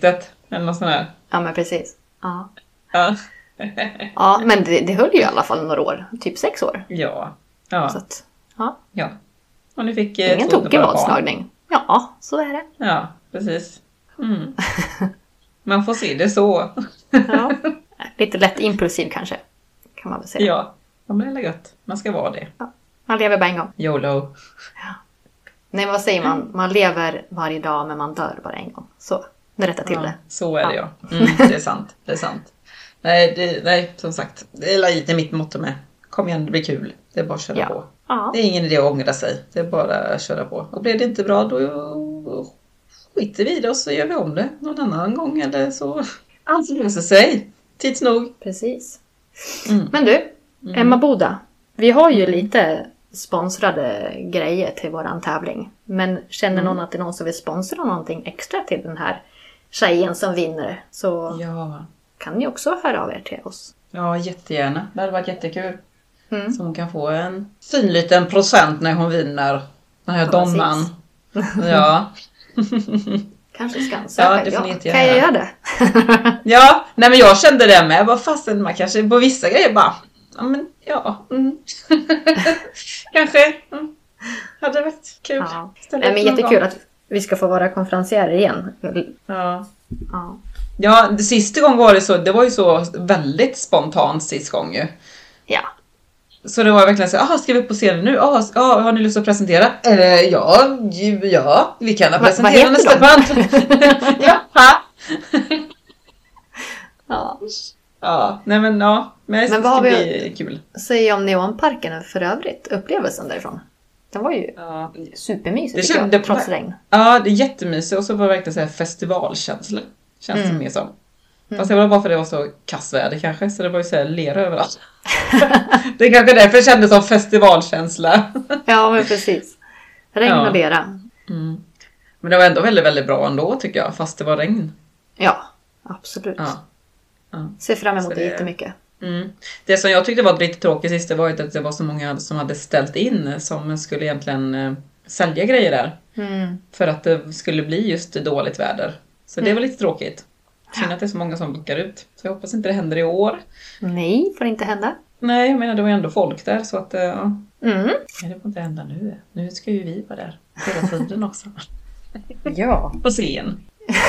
Eller något sånt här. Ja, men precis. Ja, Ja. ja men det, det höll ju i alla fall några år. Typ sex år. Ja. Ja. Så att, ja. Ja. Och ni fick eh, Ingen två tokig underbara vadslagning. Ja, så är det. Ja, precis. Mm. Man får se det så. Ja. Lite lätt impulsiv kanske. Kan man väl säga. Ja, men det är gött. Man ska vara det. Ja. Man lever bara en gång. YOLO. Ja. Nej, vad säger man? Man lever varje dag men man dör bara en gång. Så, det rättar till Ja, det. så är det ja. Mm, det är sant. Det är sant. Nej, det, nej, som sagt. Det är lite mitt motto med. Kom igen, det blir kul. Det är bara att köra Ja. på. Ja. Det är ingen idé att ångra sig. Det är bara att köra på. Och blir det inte bra då skiter vi i det och så gör vi om det någon annan gång. Eller så allt löser sig. Tids nog. Precis. Mm. Men du, Emma Boda. Vi har ju lite sponsrade grejer till våran tävling. Men känner någon att det är någon som vill sponsra någonting extra till den här tjejen som vinner, så Ja. kan ni också höra av er till oss. Ja, jättegärna. Det hade varit jättekul. Mm. Så hon kan få en fin liten procent när hon vinner. Den här Ja, donnan. Ja. Kanske ska ansöka. Ja, det får ni inte kan jag göra. göra det? Ja, nej men jag kände det med. Vad fasen, man kanske på vissa grejer bara, ja men ja. Mm. Kanske. Mm. Hade varit kul. Ja. Ställa Nej, upp men någon jättekul gång. att vi ska få vara konferencier igen. Ja. Ja. Ja, det sista gång var det så, det var ju så väldigt spontant sist gång ju. Ja. Så det var verkligen så, ah, ska vi upp på scenen nu? Ah, ah, har ni lust att presentera? Eh, ja, ju, ja, vi kan ha Va, presentera nästa band. Ja, ha. Ja. Ja, nej men ja, men, Men det vad har ska vi- bli kul. Säg om Neonparken för övrigt. Upplevelsen därifrån. Den var ju Ja, supermysig Det tycker jag, kände- trots regn. ja det är jättemysigt och så var det verkligen så här festivalkänsla. Känns Mm. det mer som. Fast det var bara för att det var så kassväder kanske, så det var ju så här lera överallt. Det är kanske därför det kändes som festivalkänsla. Ja, men precis. Regn Ja. och lera. Mm. Men det var ändå väldigt, väldigt bra ändå tycker jag, fast det var regn. Ja, absolut. Ja. Ja. Ser fram emot Så det det- jättemycket. Mm. Det som jag tyckte var lite tråkigt sist, det var ju att det var så många som hade ställt in som skulle egentligen eh, sälja grejer där. Mm. För att det skulle bli just dåligt väder. Så det Mm. var lite tråkigt. Synd att det är så många som bookar ut. Så jag hoppas inte det händer i år. Nej, får inte hända. Nej, jag menar det var ändå folk där så att... eh, Ja, Mm. nej, det får inte hända nu. Nu ska ju vi vara där hela tiden också. Ja. På scen.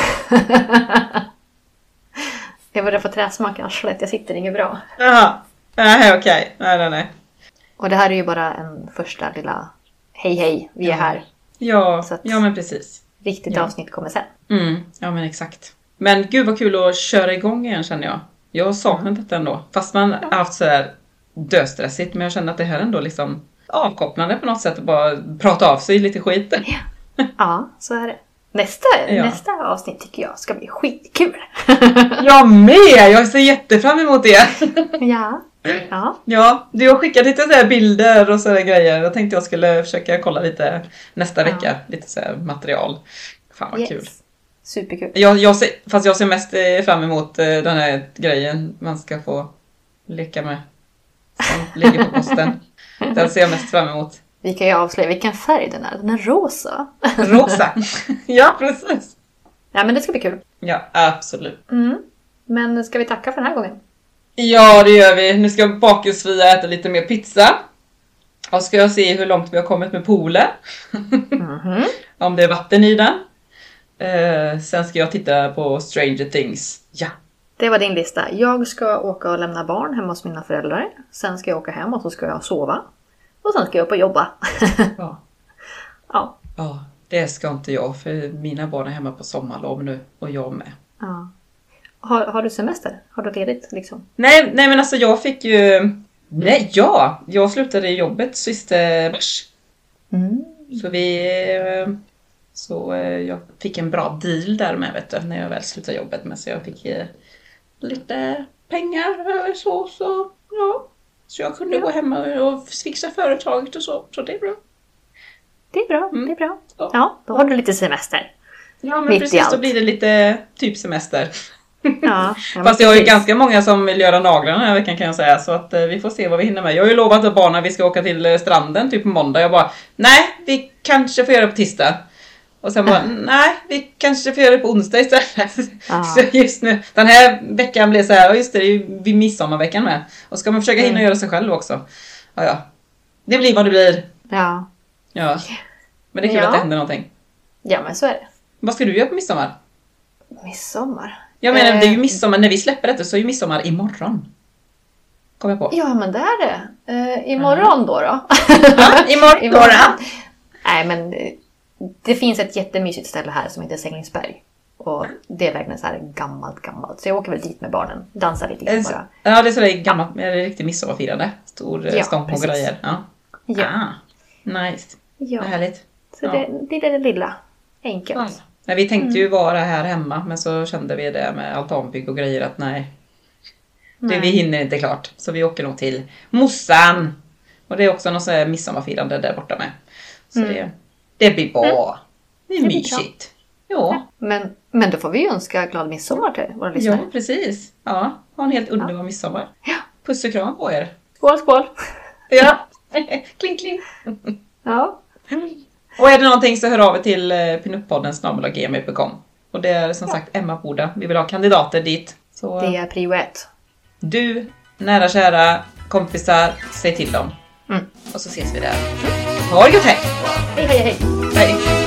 Jag börjar få träsmak i arslet. Jag sitter inget bra. Jaha. Nej, okej. Nej, nej, nej. Och det här är ju bara en första lilla hej hej, vi är Ja. här. Ja, Så att- ja men precis. Riktigt Ja. avsnitt kommer sen. Mm, ja men exakt. Men gud vad kul att köra igång igen känner jag. Jag har saknat detta ändå. Fast man har haft så här döstressigt. Men jag känner att det här ändå liksom avkopplande på något sätt. Att bara prata av sig lite skit. Ja, så är det. Nästa, Ja. nästa avsnitt tycker jag ska bli skitkul. Jag med! Jag ser jättefram emot det. Ja. Ja. Ja, du har skickat lite så här bilder och så här grejer. Jag tänkte jag skulle försöka kolla lite nästa Ja. vecka. Lite så här material. Fan vad Yes. kul. Superkul. Jag, jag ser, fast jag ser mest eh, fram emot eh, den här grejen man ska få leka med. Som ligger på posten. Den ser jag mest fram emot. Vi kan ju avslöja vilken färg den är. Den är rosa. Rosa. Ja, precis. Ja, men det ska bli kul. Ja, absolut. Mm. Men ska vi tacka för den här gången? Ja, det gör vi. Nu ska bakisfria äta lite mer pizza. Och ska jag se hur långt vi har kommit med poolen. Mhm. Om det är vatten i den. Eh, sen ska jag titta på Stranger Things. Ja. Det var din lista. Jag ska åka och lämna barn hemma hos mina föräldrar. Sen ska jag åka hem och så ska jag sova. Och sen ska jag upp och jobba. Ja. Ja. Ja, det ska inte jag. För mina barn är hemma på sommarlov nu. Och jag med. Ja. Har, har du semester? Har du ledigt liksom? Nej, nej men alltså jag fick ju... Nej, ja. Jag slutade i jobbet sista mars. Mm. Så vi... eh, Så eh, jag fick en bra deal där med, vet du, när jag väl slutade jobbet med. Så jag fick eh, lite pengar över så, så ja. Så jag kunde Ja. gå hemma och fixa företaget och så. Så det är bra. Det är bra, Mm. det är bra. Ja. Ja, då har du lite semester. Ja, men Mitt i precis. allt. Då blir det lite typ semester. Ja, ja, Fast jag har ju precis. ganska många som vill göra naglarna den här veckan kan jag säga. Så att eh, vi får se vad vi hinner med. Jag har ju lovat att barnen vi ska åka till eh, stranden typ på måndag. Jag bara, nej, vi kanske får göra det på tisdag. Och sen bara, nej, vi kanske får göra det på onsdag istället. Ah. Så just nu, den här veckan blev så här, och just det, det är ju vid midsommarveckan med. Och ska man försöka hinna mm. göra sig själv också. Ja, ja. Det blir vad det blir. Ja. Ja. Men det är kul ja. att det händer någonting. Ja, men så är det. Vad ska du göra på midsommar? Midsommar? Jag menar, det är ju midsommar. När vi släpper detta så är ju midsommar imorgon. Kommer jag på. Ja, men det är det. Uh, imorgon mm. då då? Ja, imorgon, imorgon. då. Nej, men det, det finns ett jättemysigt ställe här som heter Sänglingsberg. Och det är verkligen så här gammalt, gammalt. Så jag åker väl dit med barnen. Dansar lite grann bara. Ja, det är så det är gammalt. Det är riktigt midsommarfirande. Stor ja, stång och grejer. Ja. Ja. Ah, nice. Ja. Vad härligt. Så ja. det, det är det lilla. Enkelt. Ja. Nej, vi tänkte mm. ju vara här hemma. Men så kände vi det med altanbygg och grejer att nej. nej. Det, vi hinner inte klart. Så vi åker nog till Mossan. Och det är också något så här midsommarfirande där borta med. Så mm. det, det blir bra. Mm. Det är mysigt. Ja. Men, men då får vi önska glad midsommar till våra lyssnare. Ja, precis. Ja, ha en helt underbar ja. midsommar. Ja. Puss och kram på er. Skål, skål. Ja. Kling, kling. Ja. Och är det någonting så hör av er till pinuppodden snabel-a gmail punkt com. Och det är som ja. sagt Emma Boda. Vi vill ha kandidater dit. Så det är prio ett. Du, nära kära kompisar, säg till dem. Mm. Och så ses vi där. Ha det gott, hej! Hej, hej, hej. Hej.